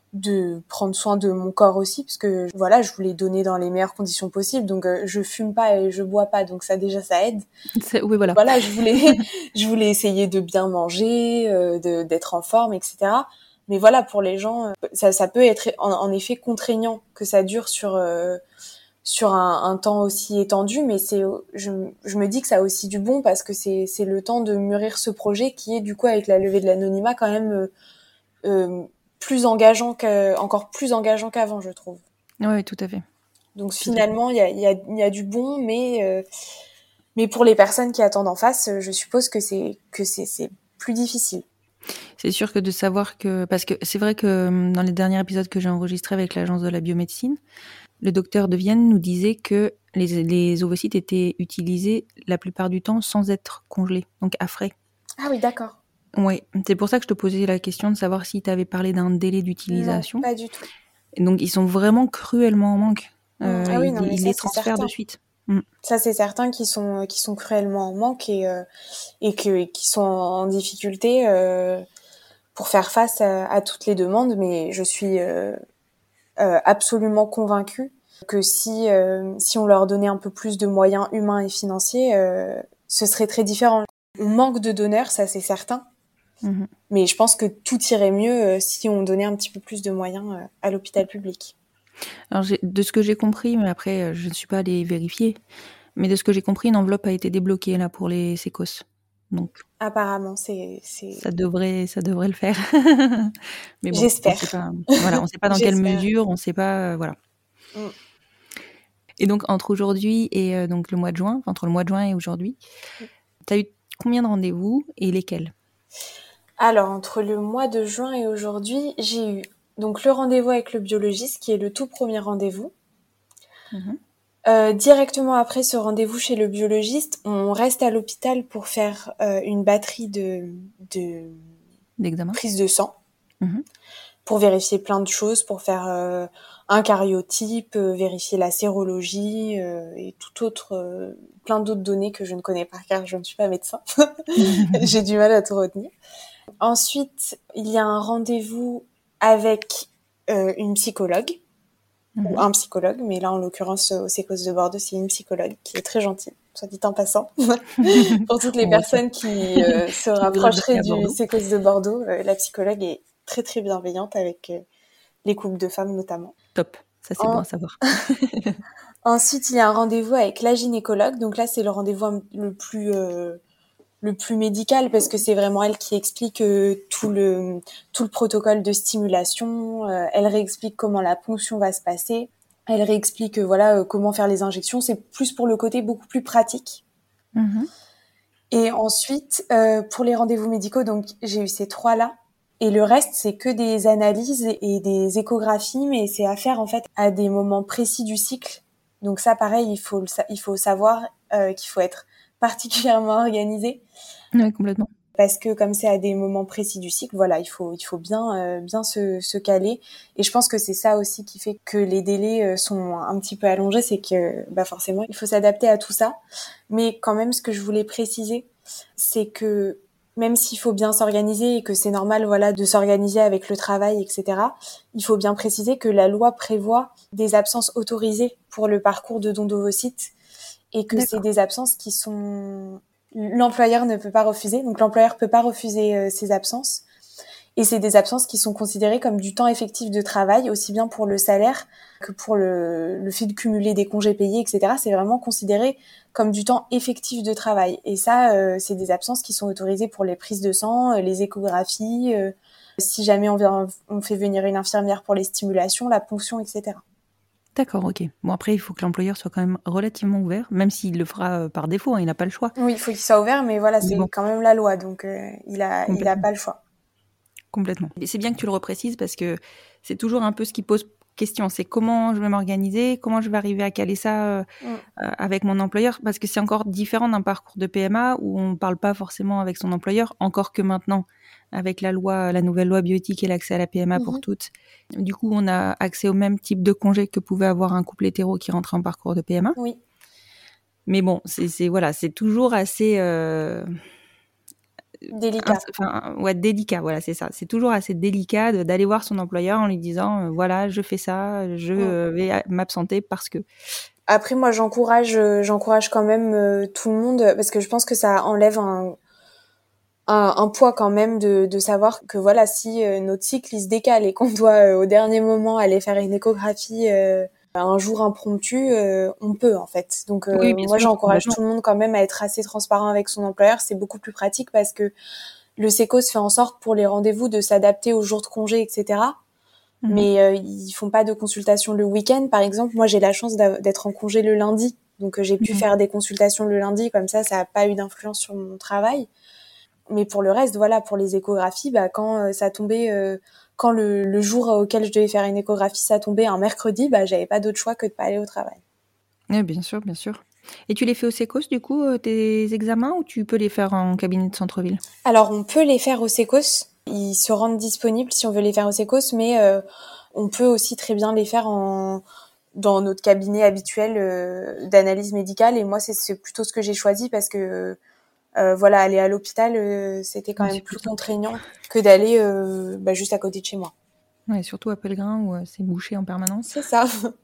de prendre soin de mon corps aussi, parce que voilà, je voulais donner dans les meilleures conditions possibles. Donc euh, je fume pas et je bois pas, donc ça déjà ça aide. C'est, oui, voilà. Voilà, je voulais je voulais essayer de bien manger, euh, de d'être en forme, et cetera. Mais voilà, pour les gens, ça, ça peut être en, en effet contraignant que ça dure sur euh, sur un, un temps aussi étendu. Mais c'est, je, je me dis que ça a aussi du bon parce que c'est c'est le temps de mûrir ce projet qui est du coup avec la levée de l'anonymat quand même euh, euh, plus engageant que encore plus engageant qu'avant, je trouve. Oui, tout à fait. Donc tout finalement, il y a il y a il y a du bon, mais euh, mais pour les personnes qui attendent en face, je suppose que c'est que c'est c'est plus difficile. C'est sûr que de savoir que... Parce que c'est vrai que dans les derniers épisodes que j'ai enregistrés avec l'Agence de la biomédecine, le docteur de Vienne nous disait que les, les ovocytes étaient utilisés la plupart du temps sans être congelés, donc à frais. Ah oui, d'accord. Oui, c'est pour ça que je te posais la question de savoir si tu avais parlé d'un délai d'utilisation. Non, pas du tout. Et donc, ils sont vraiment cruellement en manque. Euh, ah oui, non, ils mais ça, les transfèrent de suite. Mm. Ça, c'est certain qu'ils sont, qu'ils sont cruellement en manque et, euh, et, que, et qui sont en difficulté euh, pour faire face à, à toutes les demandes. Mais je suis euh, euh, absolument convaincue que si, euh, si on leur donnait un peu plus de moyens humains et financiers, euh, ce serait très différent. On manque de donneurs, ça c'est certain. Mm-hmm. Mais je pense que tout irait mieux euh, si on donnait un petit peu plus de moyens euh, à l'hôpital public. Alors, j'ai, de ce que j'ai compris, mais après, je ne suis pas allée vérifier, mais de ce que j'ai compris, une enveloppe a été débloquée là pour les sécos. Donc, apparemment, c'est, c'est... Ça, devrait, ça devrait le faire. Mais bon, j'espère. On sait pas, voilà, on ne sait pas dans quelle mesure, on ne sait pas... Euh, voilà. Mm. Et donc, entre aujourd'hui et euh, donc, le mois de juin, enfin, entre le mois de juin et aujourd'hui, mm. tu as eu combien de rendez-vous et lesquels ? Alors, entre le mois de juin et aujourd'hui, j'ai eu donc le rendez-vous avec le biologiste, qui est le tout premier rendez-vous. Mmh. Euh, directement après ce rendez-vous chez le biologiste, on reste à l'hôpital pour faire euh, une batterie de, de d'examen, prise de sang, mmh. pour vérifier plein de choses, pour faire euh, un cariotype, euh, vérifier la sérologie euh, et tout autre, euh, plein d'autres données que je ne connais pas car je ne suis pas médecin. J'ai du mal à tout retenir. Ensuite, il y a un rendez-vous avec euh, une psychologue, mmh. ou un psychologue, mais là, en l'occurrence, au Sécos de Bordeaux, c'est une psychologue qui est très gentille, soit dit en passant. Pour toutes les bon, personnes ça. qui euh, se rapprocheraient du Sécos de Bordeaux, euh, la psychologue est très, très bienveillante avec euh, les couples de femmes, notamment. Top, ça c'est en... bon à savoir. Ensuite, il y a un rendez-vous avec la gynécologue, donc là, c'est le rendez-vous le plus... Euh, le plus médical parce que c'est vraiment elle qui explique euh, tout le tout le protocole de stimulation, euh, elle réexplique comment la ponction va se passer, elle réexplique euh, voilà euh, comment faire les injections, c'est plus pour le côté beaucoup plus pratique. Mm-hmm. Et ensuite euh, pour les rendez-vous médicaux, donc j'ai eu ces trois là et le reste c'est que des analyses et des échographies, mais c'est à faire en fait à des moments précis du cycle. Donc ça pareil, il faut le, il faut savoir euh, qu'il faut être particulièrement organisé. Oui, complètement. Parce que comme c'est à des moments précis du cycle, voilà, il faut il faut bien euh, bien se se caler. Et je pense que c'est ça aussi qui fait que les délais euh, sont un petit peu allongés, c'est que bah forcément il faut s'adapter à tout ça. Mais quand même, ce que je voulais préciser, c'est que même s'il faut bien s'organiser et que c'est normal, voilà, de s'organiser avec le travail, et cetera. Il faut bien préciser que la loi prévoit des absences autorisées pour le parcours de don d'ovocytes. et que D'accord. c'est des absences qui sont... L'employeur ne peut pas refuser, donc l'employeur peut pas refuser euh, ces absences. Et c'est des absences qui sont considérées comme du temps effectif de travail, aussi bien pour le salaire que pour le, le fait de cumuler des congés payés, et cetera. C'est vraiment considéré comme du temps effectif de travail. Et ça, euh, c'est des absences qui sont autorisées pour les prises de sang, euh, les échographies, euh, si jamais on, vient, on fait venir une infirmière pour les stimulations, la ponction, et cetera. D'accord, ok. Bon, après, il faut que l'employeur soit quand même relativement ouvert, même s'il le fera euh, par défaut, hein, il n'a pas le choix. Oui, il faut qu'il soit ouvert, mais voilà, Mais c'est bon. quand même la loi, donc euh, il a, il a pas le choix. Complètement. Et c'est bien que tu le reprécises parce que c'est toujours un peu ce qui pose question. C'est comment je vais m'organiser, comment je vais arriver à caler ça euh, Mm. euh, avec mon employeur, parce que c'est encore différent d'un parcours de P M A où on ne parle pas forcément avec son employeur, encore que maintenant, avec la loi, la nouvelle loi bioéthique et l'accès à la P M A Mm-hmm. pour toutes. Du coup, on a accès au même type de congé que pouvait avoir un couple hétéro qui rentrait en parcours de P M A. Oui. Mais bon, c'est, c'est voilà, c'est toujours assez euh, Délicat. Enfin, ouais, délicat, voilà, c'est ça. C'est toujours assez délicat de, d'aller voir son employeur en lui disant, euh, voilà, je fais ça, je euh, vais m'absenter parce que. Après, moi, j'encourage, euh, j'encourage quand même euh, tout le monde parce que je pense que ça enlève un, un, un poids quand même de, de savoir que voilà, si euh, notre cycle il se décale et qu'on doit euh, au dernier moment aller faire une échographie euh, un jour impromptu, euh, on peut en fait. Donc euh, Oui, bien moi, sûr, j'encourage complètement. tout le monde quand même à être assez transparent avec son employeur. C'est beaucoup plus pratique parce que le Sécos fait en sorte pour les rendez-vous de s'adapter aux jours de congé, et cetera. Mhm. Mais euh, ils font pas de consultation le week-end, par exemple. Moi, j'ai la chance d'être en congé le lundi, donc euh, j'ai pu Mhm. faire des consultations le lundi, comme ça, ça a pas eu d'influence sur mon travail. Mais pour le reste, voilà, pour les échographies, bah quand euh, ça tombait, euh, quand le, le jour auquel je devais faire une échographie, ça tombait un mercredi, bah j'avais pas d'autre choix que de pas aller au travail. Oui, bien sûr, bien sûr. Et tu les fais au Sécos, du coup, euh, tes examens, ou tu peux les faire en cabinet de centre-ville? Alors, on peut les faire au Sécos. Ils se rendent disponibles si on veut les faire au Sécos, mais euh, on peut aussi très bien les faire en dans notre cabinet habituel euh, d'analyse médicale. Et moi, c'est, c'est plutôt ce que j'ai choisi parce que euh, voilà, aller à l'hôpital, euh, c'était quand Oui, même c'est plus plus simple. contraignant que d'aller euh, bah, juste à côté de chez moi. Ouais, surtout à Pellegrin où euh, c'est bouché en permanence. C'est ça.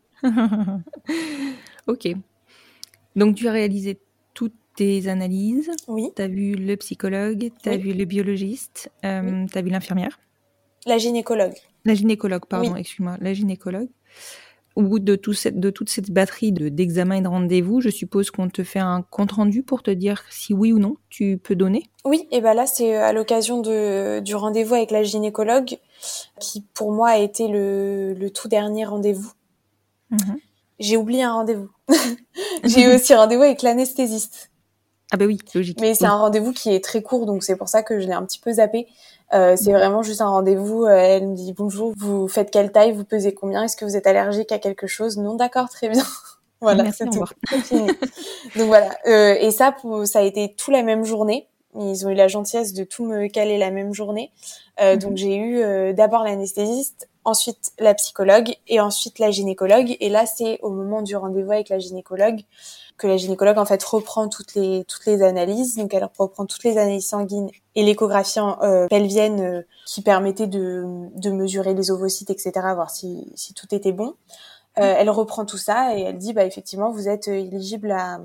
Ok. Donc, tu as réalisé toutes tes analyses. Oui. Tu as vu le psychologue, tu as Oui. vu le biologiste, euh, Oui. tu as vu l'infirmière. La gynécologue. La gynécologue, pardon, Oui. excuse-moi, la gynécologue. Au bout de, tout cette, de toute cette batterie de, d'examens et de rendez-vous, je suppose qu'on te fait un compte-rendu pour te dire si oui ou non tu peux donner. Oui, et ben là, c'est à l'occasion de, du rendez-vous avec la gynécologue qui, pour moi, a été le, le tout dernier rendez-vous. Mm-hmm. J'ai oublié un rendez-vous. J'ai eu aussi rendez-vous avec l'anesthésiste. Ah bah oui, logique. Mais c'est oui. un rendez-vous qui est très court, donc c'est pour ça que je l'ai un petit peu zappé. Euh, c'est vraiment juste un rendez-vous. Euh, elle me dit bonjour, vous faites quelle taille, vous pesez combien, est-ce que vous êtes allergique à quelque chose? Non, d'accord, très bien. Voilà, Merci, c'est au tout. revoir. C'est fini. Donc voilà. Euh, et ça, pour, ça a été tout la même journée. Ils ont eu la gentillesse de tout me caler la même journée. Euh, mm-hmm. Donc j'ai eu euh, d'abord l'anesthésiste, ensuite la psychologue et ensuite la gynécologue. Et là, c'est au moment du rendez-vous avec la gynécologue que la gynécologue en fait reprend toutes les toutes les analyses. Donc elle reprend toutes les analyses sanguines et l'échographie euh, pelvienne euh, qui permettait de de mesurer les ovocytes, et cetera, voir si si tout était bon. Euh, elle reprend tout ça et elle dit bah effectivement vous êtes éligible à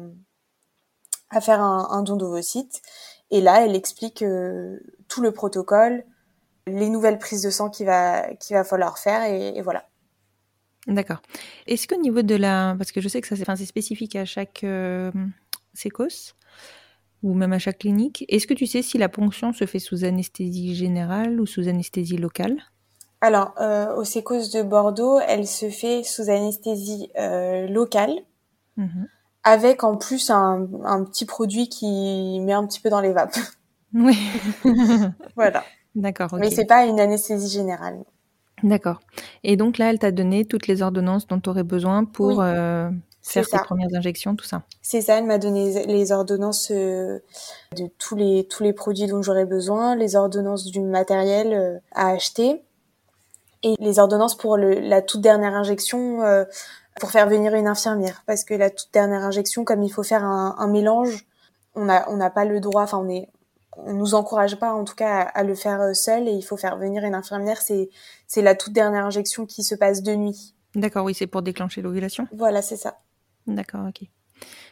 à faire un, un don d'ovocytes. Et là elle explique euh, tout le protocole, les nouvelles prises de sang qu'il va qu'il va falloir faire et, et voilà. D'accord. Est-ce qu'au niveau de la... Parce que je sais que ça c'est, enfin, c'est spécifique à chaque euh, Sécos, ou même à chaque clinique. Est-ce que tu sais si la ponction se fait sous anesthésie générale ou sous anesthésie locale? Alors, euh, au Sécos de Bordeaux, elle se fait sous anesthésie euh, locale, mmh. avec en plus un, un petit produit qui met un petit peu dans les vapes. Oui. Voilà. D'accord, ok. Mais c'est pas une anesthésie générale. D'accord. Et donc là, elle t'a donné toutes les ordonnances dont tu aurais besoin pour oui. euh, faire tes premières injections, tout ça. C'est ça, elle m'a donné les ordonnances euh, de tous les tous les produits dont j'aurais besoin, les ordonnances du matériel euh, à acheter et les ordonnances pour le, la toute dernière injection euh, pour faire venir une infirmière. Parce que la toute dernière injection, comme il faut faire un, un mélange, on a on n'a pas le droit, enfin on est on nous encourage pas en tout cas à, à le faire seul et il faut faire venir une infirmière. C'est c'est la toute dernière injection qui se passe de nuit. D'accord, oui, c'est pour déclencher l'ovulation. Voilà, c'est ça. D'accord, ok.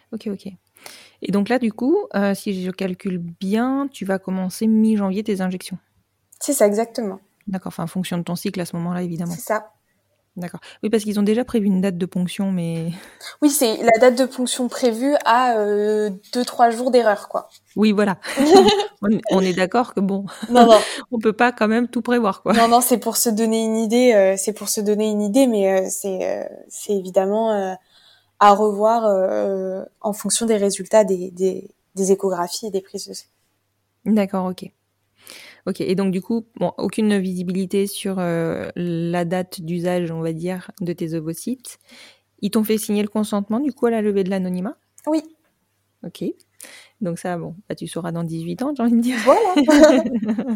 Ok, ok. Et donc là, du coup, euh, si je calcule bien, tu vas commencer mi-janvier tes injections. C'est ça, exactement. D'accord, enfin, en fonction de ton cycle à ce moment-là, évidemment. C'est ça. D'accord. Oui, parce qu'ils ont déjà prévu une date de ponction, mais... Oui, c'est la date de ponction prévue à euh, deux trois jours d'erreur, quoi. Oui, voilà. on, on est d'accord que bon, non, non. on peut pas quand même tout prévoir, quoi. Non, non, c'est pour se donner une idée, euh, c'est pour se donner une idée, mais euh, c'est, euh, c'est évidemment euh, à revoir euh, en fonction des résultats des, des, des échographies et des prises de sang. D'accord, ok. Ok, et donc du coup, bon, aucune visibilité sur euh, la date d'usage, on va dire, de tes ovocytes. Ils t'ont fait signer le consentement, du coup, à la levée de l'anonymat ? Oui. Ok. Donc ça, bon, bah, tu sauras dans dix-huit ans, j'ai envie de dire. Voilà.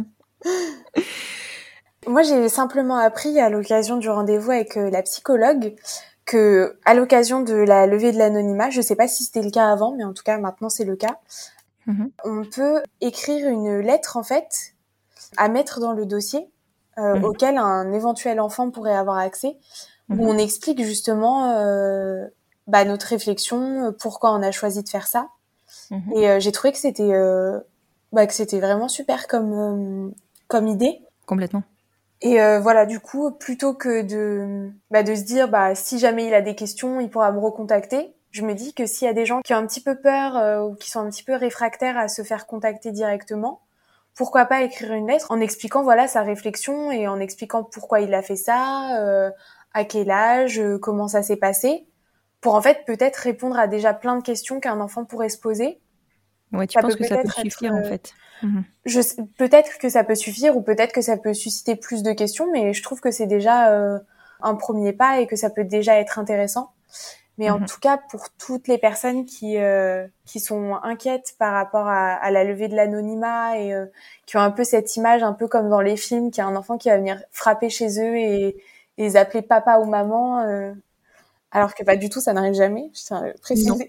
Moi, j'ai simplement appris à l'occasion du rendez-vous avec euh, la psychologue que, à l'occasion de la levée de l'anonymat, je sais pas si c'était le cas avant, mais en tout cas maintenant c'est le cas, mmh. on peut écrire une lettre en fait à mettre dans le dossier euh, mmh. auquel un éventuel enfant pourrait avoir accès, mmh. où on explique justement euh, bah, notre réflexion, pourquoi on a choisi de faire ça. Mmh. Et euh, j'ai trouvé que c'était euh, bah, que c'était vraiment super comme euh, comme idée. Complètement. Et euh, voilà, du coup, plutôt que de bah, de se dire bah si jamais il a des questions, il pourra me recontacter. Je me dis que s'il y a des gens qui ont un petit peu peur euh, ou qui sont un petit peu réfractaires à se faire contacter directement, pourquoi pas écrire une lettre en expliquant voilà sa réflexion et en expliquant pourquoi il a fait ça, euh, à quel âge, euh, comment ça s'est passé, pour en fait peut-être répondre à déjà plein de questions qu'un enfant pourrait se poser. Ouais, tu ça penses que ça peut suffire être, euh, en fait. Mmh. Je, peut-être que ça peut suffire ou peut-être que ça peut susciter plus de questions, mais je trouve que c'est déjà euh, un premier pas et que ça peut déjà être intéressant. Mais mmh. en tout cas, pour toutes les personnes qui euh, qui sont inquiètes par rapport à, à la levée de l'anonymat et euh, qui ont un peu cette image, un peu comme dans les films, qu'il y a un enfant qui va venir frapper chez eux et, et les appeler papa ou maman, euh, alors que pas du tout, ça n'arrive jamais, je tiens à le préciser.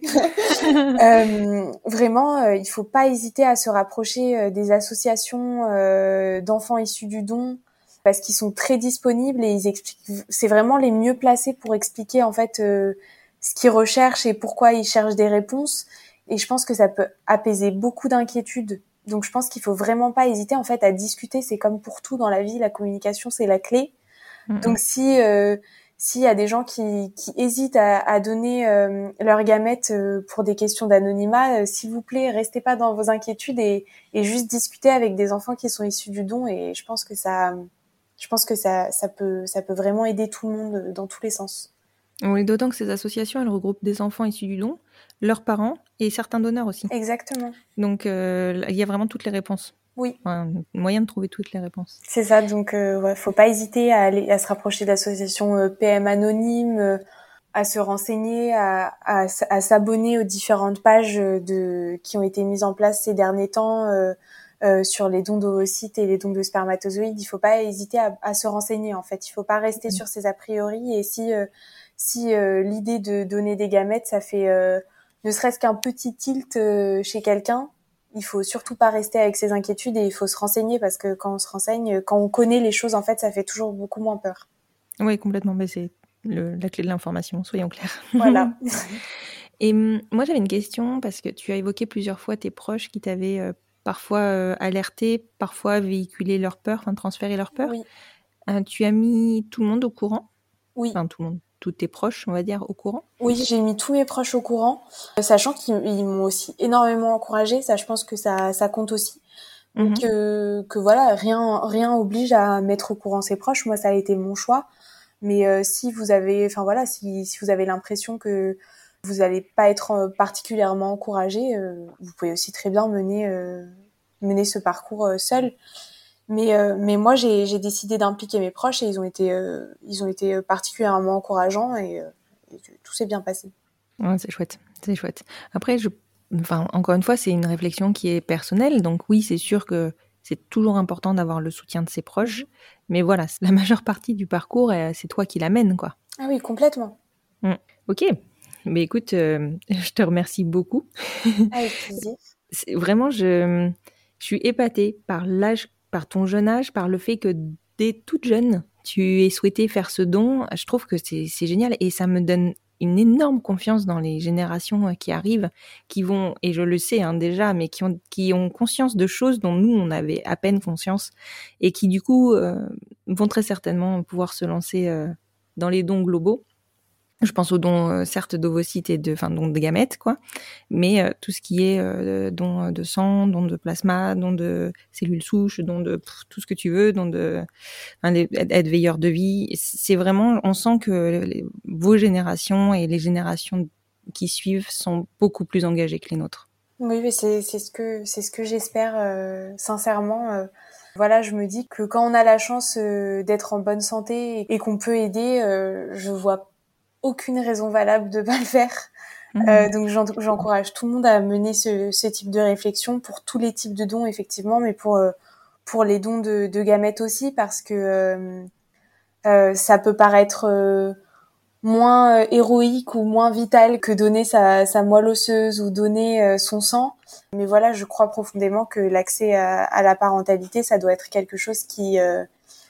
euh, vraiment, euh, il faut pas hésiter à se rapprocher euh, des associations euh, d'enfants issus du don, parce qu'ils sont très disponibles et ils expliquent. C'est vraiment les mieux placés pour expliquer en fait euh, ce qu'ils recherchent et pourquoi ils cherchent des réponses. Et je pense que ça peut apaiser beaucoup d'inquiétudes. Donc je pense qu'il faut vraiment pas hésiter en fait à discuter. C'est comme pour tout dans la vie, la communication c'est la clé. Mm-hmm. Donc si euh, s'il y a des gens qui, qui hésitent à, à donner euh, leurs gamètes euh, pour des questions d'anonymat, euh, s'il vous plaît, restez pas dans vos inquiétudes et, et juste discutez avec des enfants qui sont issus du don. Et je pense que ça, je pense que ça, ça peut, ça peut vraiment aider tout le monde dans tous les sens. Oui, d'autant que ces associations, elles regroupent des enfants issus du don, leurs parents et certains donneurs aussi. Exactement. Donc euh, il y a vraiment toutes les réponses. Oui. Enfin, moyen de trouver toutes les réponses. C'est ça, donc euh, ouais, faut pas hésiter à aller à se rapprocher d'associations euh, P M anonymes, euh, à se renseigner, à, à, à s'abonner aux différentes pages de qui ont été mises en place ces derniers temps euh, euh, sur les dons d'ovocytes et les dons de spermatozoïdes. Il faut pas hésiter à, à se renseigner en fait. Il faut pas rester mmh. sur ses a priori. Et si euh, si euh, l'idée de donner des gamètes, ça fait euh, ne serait-ce qu'un petit tilt euh, chez quelqu'un. Il faut surtout pas rester avec ses inquiétudes et il faut se renseigner parce que quand on se renseigne, quand on connaît les choses, en fait, ça fait toujours beaucoup moins peur. Oui, complètement. Mais c'est le, la clé de l'information, soyons clairs. Voilà. Et moi, j'avais une question parce que tu as évoqué plusieurs fois tes proches qui t'avaient euh, parfois euh, alerté, parfois véhiculé leur peur, enfin transféré leur peur. Oui. Euh, tu as mis tout le monde au courant ? Oui. Enfin, tout le monde. Tous tes proches, on va dire, au courant ? Oui, j'ai mis tous mes proches au courant, sachant qu'ils ils m'ont aussi énormément encouragée. Ça, je pense que ça, ça compte aussi. Donc, mm-hmm. euh, que voilà, rien, rien oblige à mettre au courant ses proches. Moi, ça a été mon choix. Mais euh, si vous avez, enfin voilà, si, si vous avez l'impression que vous n'allez pas être particulièrement encouragé, euh, vous pouvez aussi très bien mener, euh, mener ce parcours euh, seul. Mais euh, mais moi j'ai j'ai décidé d'impliquer mes proches et ils ont été euh, ils ont été particulièrement encourageants et, euh, et tout s'est bien passé. Ouais, c'est chouette, c'est chouette. Après je enfin encore une fois, c'est une réflexion qui est personnelle, donc oui, c'est sûr que c'est toujours important d'avoir le soutien de ses proches, mais voilà, la majeure partie du parcours, c'est toi qui l'amènes, quoi. Ah oui, complètement. Mmh. Ok, mais écoute, euh, je te remercie beaucoup. Avec plaisir. C'est, vraiment, je, je suis épatée par l'âge, par ton jeune âge, par le fait que dès toute jeune, tu aies souhaité faire ce don. Je trouve que c'est, c'est génial et ça me donne une énorme confiance dans les générations qui arrivent, qui vont, et je le sais hein, déjà, mais qui ont, qui ont conscience de choses dont nous, on avait à peine conscience, et qui du coup euh, vont très certainement pouvoir se lancer euh, dans les dons globaux. Je pense aux dons, euh, certes, d'ovocytes et de, enfin, dons de gamètes, quoi. Mais euh, tout ce qui est euh, dons de sang, dons de plasma, dons de cellules souches, dons de pff, tout ce que tu veux, dons de, enfin, les, être veilleur de vie. C'est vraiment, on sent que les, vos générations et les générations qui suivent sont beaucoup plus engagées que les nôtres. Oui, mais c'est, c'est ce que, c'est ce que j'espère euh, sincèrement. Euh, voilà, je me dis que quand on a la chance euh, d'être en bonne santé et, et qu'on peut aider, euh, je vois aucune raison valable de pas le faire. Mmh. Euh, donc j'en, j'encourage tout le monde à mener ce, ce type de réflexion pour tous les types de dons effectivement, mais pour euh, pour les dons de, de gamètes aussi, parce que euh, euh, ça peut paraître euh, moins euh, héroïque ou moins vital que donner sa, sa moelle osseuse ou donner euh, son sang. Mais voilà, je crois profondément que l'accès à, à la parentalité, ça doit être quelque chose qui euh,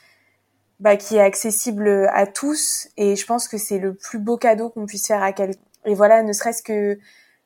bah, qui est accessible à tous, et je pense que c'est le plus beau cadeau qu'on puisse faire à quelqu'un. Et voilà, ne serait-ce que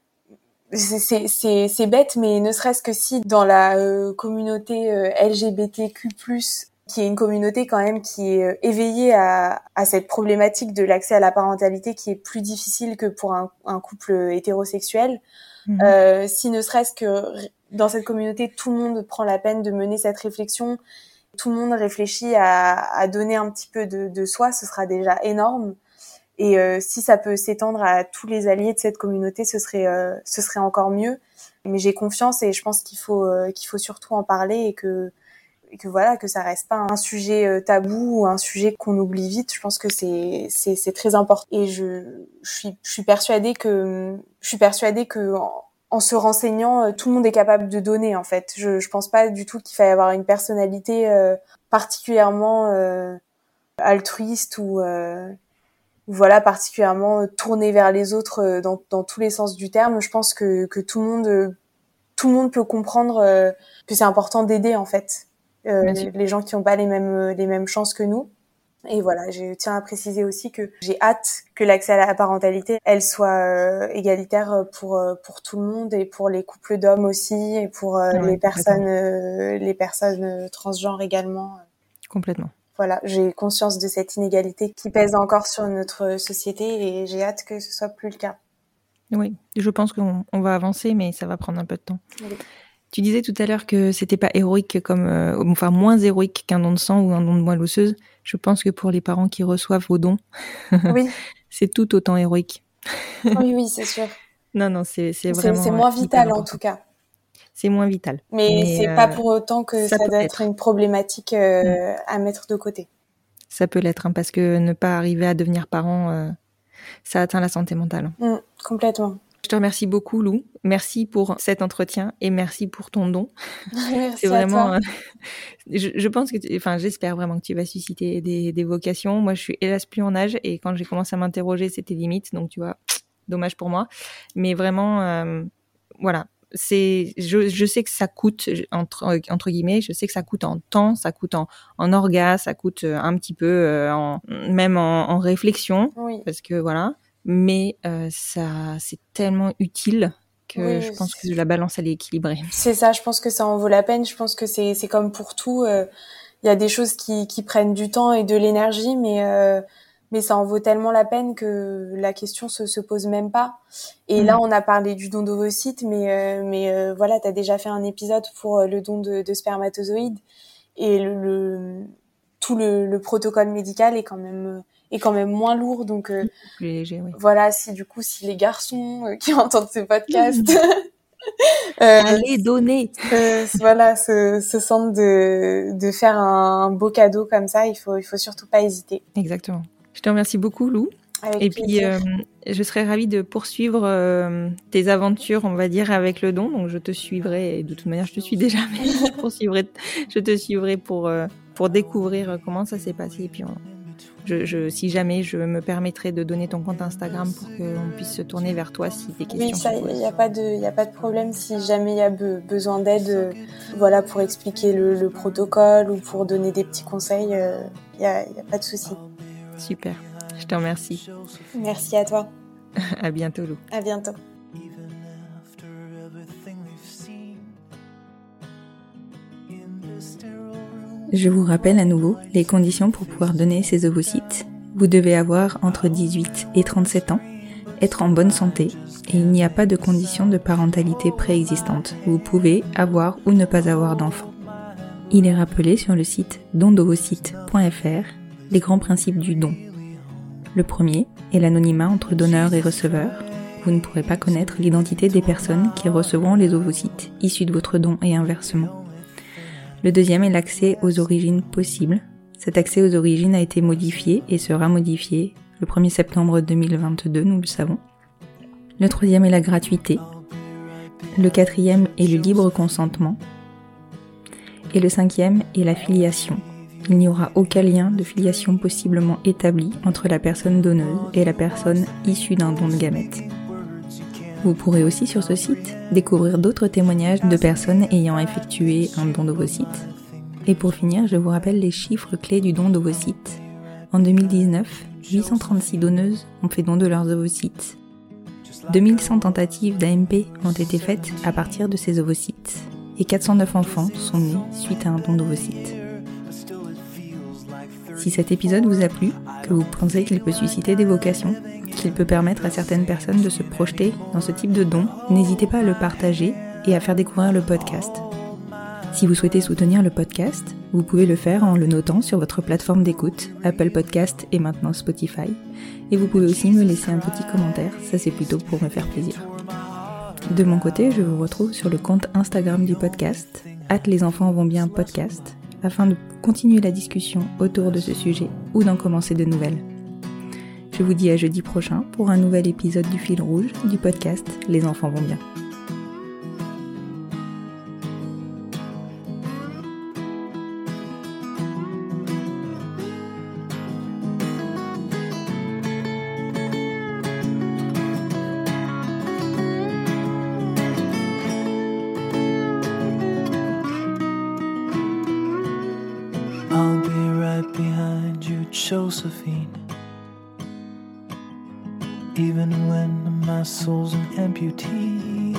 c'est c'est c'est, c'est bête, mais ne serait-ce que si dans la euh, communauté euh, L G B T Q plus, qui est une communauté quand même qui est euh, éveillée à à cette problématique de l'accès à la parentalité qui est plus difficile que pour un un couple hétérosexuel, mmh. euh, si ne serait-ce que dans cette communauté tout le monde prend la peine de mener cette réflexion, tout le monde réfléchit à, à donner un petit peu de, de soi, ce sera déjà énorme. Et euh, si ça peut s'étendre à tous les alliés de cette communauté, ce serait, euh, ce serait encore mieux. Mais j'ai confiance et je pense qu'il faut, euh, qu'il faut surtout en parler, et que, et que voilà, que ça reste pas un sujet euh, tabou ou un sujet qu'on oublie vite. Je pense que c'est, c'est, c'est très important. Et je, je suis, je suis persuadée que, je suis persuadée que en, en se renseignant, tout le monde est capable de donner, en fait. Je, je pense pas du tout qu'il faille avoir une personnalité euh, particulièrement euh, altruiste ou euh, voilà, particulièrement tournée vers les autres euh, dans, dans tous les sens du terme. Je pense que, que tout le monde, euh, tout le monde peut comprendre euh, que c'est important d'aider, en fait, euh, les gens qui n'ont pas les mêmes, les mêmes chances que nous. Et voilà, je tiens à préciser aussi que j'ai hâte que l'accès à la parentalité, elle soit euh, égalitaire pour euh, pour tout le monde, et pour les couples d'hommes aussi, et pour euh, ouais, les personnes euh, les personnes transgenres également. Complètement. Voilà, j'ai conscience de cette inégalité qui pèse encore sur notre société, et j'ai hâte que ce soit plus le cas. Oui, je pense qu'on on va avancer, mais ça va prendre un peu de temps. Oui. Tu disais tout à l'heure que c'était pas héroïque comme, euh, enfin moins héroïque qu'un don de sang ou un don de moelle osseuse. Je pense que pour les parents qui reçoivent vos dons, oui. c'est tout autant héroïque. oui, oui, c'est sûr. Non, non, c'est, c'est vraiment. C'est, c'est moins vital en tout cas. C'est moins vital. Mais, mais c'est euh, pas pour autant que ça, ça doit être une problématique euh, mmh. à mettre de côté. Ça peut l'être, hein, parce que ne pas arriver à devenir parent, euh, ça atteint la santé mentale. Mmh, complètement. Je te remercie beaucoup, Lou. Merci pour cet entretien et merci pour ton don. Merci c'est vraiment. À toi. Euh, je, je pense que, tu, enfin, j'espère vraiment que tu vas susciter des, des vocations. Moi, je suis hélas plus en âge, et quand j'ai commencé à m'interroger, c'était limite. Donc, tu vois, dommage pour moi. Mais vraiment, euh, voilà. C'est, je, je sais que ça coûte, entre, entre guillemets, je sais que ça coûte en temps, ça coûte en, en orgas, ça coûte un petit peu, euh, en, même en, en réflexion. Oui. Parce que voilà. Mais euh, ça, c'est tellement utile que oui, je pense que la balance, elle est équilibrée. C'est ça, je pense que ça en vaut la peine. Je pense que c'est, c'est comme pour tout. Il euh, y a des choses qui, qui prennent du temps et de l'énergie, mais, euh, mais ça en vaut tellement la peine que la question se, se pose même pas. Et mmh. là, on a parlé du don d'ovocytes, mais, euh, mais euh, voilà, tu as déjà fait un épisode pour le don de, de spermatozoïdes. Et le, le, tout le, le protocole médical est quand même... est quand même moins lourd, donc euh, plus léger, oui. Voilà, si du coup si les garçons euh, qui entendent ce podcast euh, allez donner euh, voilà se, se sentent de de faire un, un beau cadeau comme ça, il faut il faut surtout pas hésiter. Exactement. Je te remercie beaucoup, Lou. Avec et plaisir. puis euh, je serais ravie de poursuivre euh, tes aventures, on va dire, avec le don, donc je te suivrai, et de toute manière je te suis déjà, mais je poursuivrai je te suivrai pour euh, pour découvrir comment ça s'est passé, et puis on Je, je, si jamais je me permettrai de donner ton compte Instagram pour qu'on puisse se tourner vers toi si des questions. Oui, ça, il n'y a pas de, il y a pas de problème. Si jamais il y a be- besoin d'aide, euh, voilà, pour expliquer le, le protocole ou pour donner des petits conseils, il euh, n'y a, y a pas de souci. Super, je te remercie. Merci à toi. À bientôt, Lou. À bientôt. Je vous rappelle à nouveau les conditions pour pouvoir donner ces ovocytes. Vous devez avoir entre dix-huit et trente-sept ans, être en bonne santé, et il n'y a pas de condition de parentalité préexistante. Vous pouvez avoir ou ne pas avoir d'enfant. Il est rappelé sur le site don d'ovocytes point f r les grands principes du don. Le premier est l'anonymat entre donneur et receveur. Vous ne pourrez pas connaître l'identité des personnes qui recevront les ovocytes issus de votre don et inversement. Le deuxième est l'accès aux origines possibles. Cet accès aux origines a été modifié et sera modifié le premier septembre deux mille vingt-deux, nous le savons. Le troisième est la gratuité. Le quatrième est le libre consentement. Et le cinquième est la filiation. Il n'y aura aucun lien de filiation possiblement établi entre la personne donneuse et la personne issue d'un don de gamètes. Vous pourrez aussi sur ce site découvrir d'autres témoignages de personnes ayant effectué un don d'ovocytes. Et pour finir, je vous rappelle les chiffres clés du don d'ovocytes. En deux mille dix-neuf, huit cent trente-six donneuses ont fait don de leurs ovocytes. deux mille cent tentatives d'A M P ont été faites à partir de ces ovocytes. Et quatre cent neuf enfants sont nés suite à un don d'ovocytes. Si cet épisode vous a plu, que vous pensez qu'il peut susciter des vocations, qu'il peut permettre à certaines personnes de se projeter dans ce type de don, n'hésitez pas à le partager et à faire découvrir le podcast. Si vous souhaitez soutenir le podcast, vous pouvez le faire en le notant sur votre plateforme d'écoute, Apple Podcast et maintenant Spotify. Et vous pouvez aussi me laisser un petit commentaire, ça c'est plutôt pour me faire plaisir. De mon côté, je vous retrouve sur le compte Instagram du podcast, arobase les enfants vont bien podcast, afin de continuer la discussion autour de ce sujet ou d'en commencer de nouvelles. Je vous dis à jeudi prochain pour un nouvel épisode du fil rouge du podcast Les enfants vont bien. I'll be right behind you, Josephine. Even when my soul's an amputee,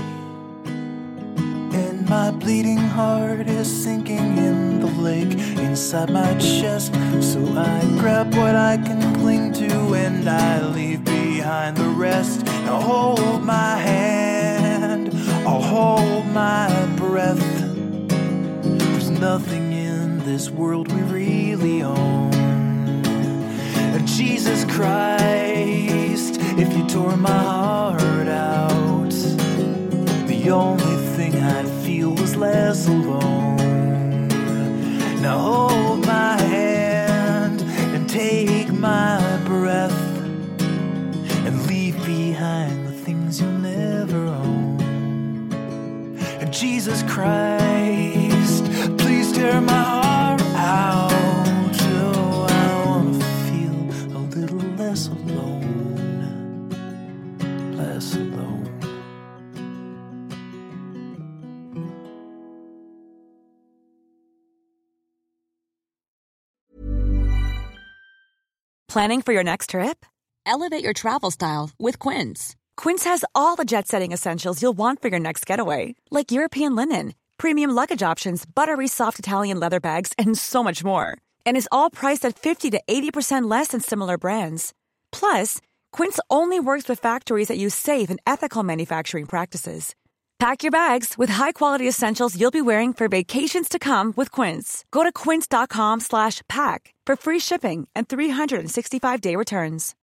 and my bleeding heart is sinking in the lake inside my chest. So I grab what I can cling to and I leave behind the rest. Now hold my hand, I'll hold my breath. There's nothing in this world we really own. And Jesus Christ, if you tore my heart out, the only thing I'd feel was less alone. Now hold my hand and take my breath and leave behind the things you'll never own. And Jesus Christ, please tear my heart out. Oh, I wanna feel a little less alone, less alone. Planning for your next trip? Elevate your travel style with Quince. Quince has all the jet-setting essentials you'll want for your next getaway, like European linen, premium luggage options, buttery soft Italian leather bags, and so much more. And is all priced at fifty to eighty percent less than similar brands. Plus, Quince only works with factories that use safe and ethical manufacturing practices. Pack your bags with high-quality essentials you'll be wearing for vacations to come with Quince. Go to quince.com slash pack for free shipping and three sixty-five day returns.